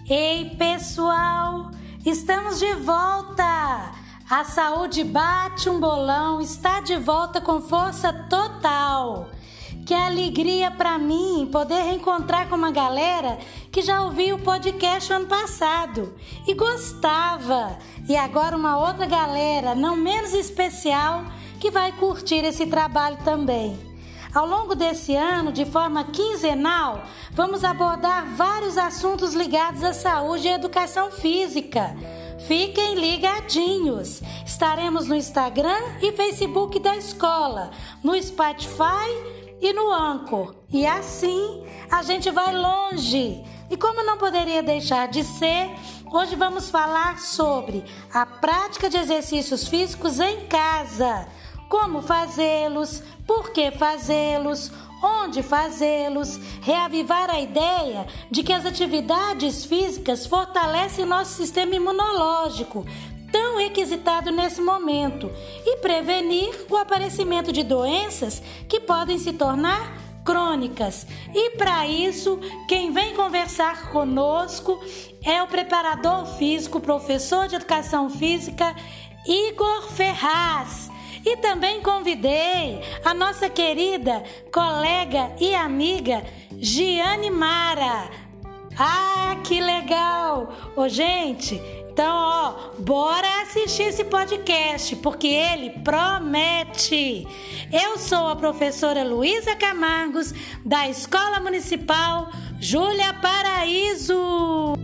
Ei, pessoal, estamos de volta! A Saúde Bate um Bolão está de volta com força total. Que alegria para mim poder reencontrar com uma galera que já ouviu o podcast ano passado e gostava. E agora uma outra galera, não menos especial, que vai curtir esse trabalho também. Ao longo desse ano, de forma quinzenal, vamos abordar vários assuntos ligados à saúde e educação física. Fiquem ligadinhos! Estaremos no Instagram e Facebook da escola, no Spotify e no Anchor. E assim a gente vai longe. E como não poderia deixar de ser, hoje vamos falar sobre a prática de exercícios físicos em casa. Como fazê-los, por que fazê-los, onde fazê-los, reavivar a ideia de que as atividades físicas fortalecem nosso sistema imunológico, tão requisitado nesse momento, e prevenir o aparecimento de doenças que podem se tornar crônicas. E para isso, quem vem conversar conosco é o preparador físico, professor de educação física, Igor Ferraz. E também convidei a nossa querida colega e amiga Giane Mara. Ah, que legal! Ô, gente, então, bora assistir esse podcast, porque ele promete. Eu sou a professora Luísa Camargos, da Escola Municipal Júlia Paraíso.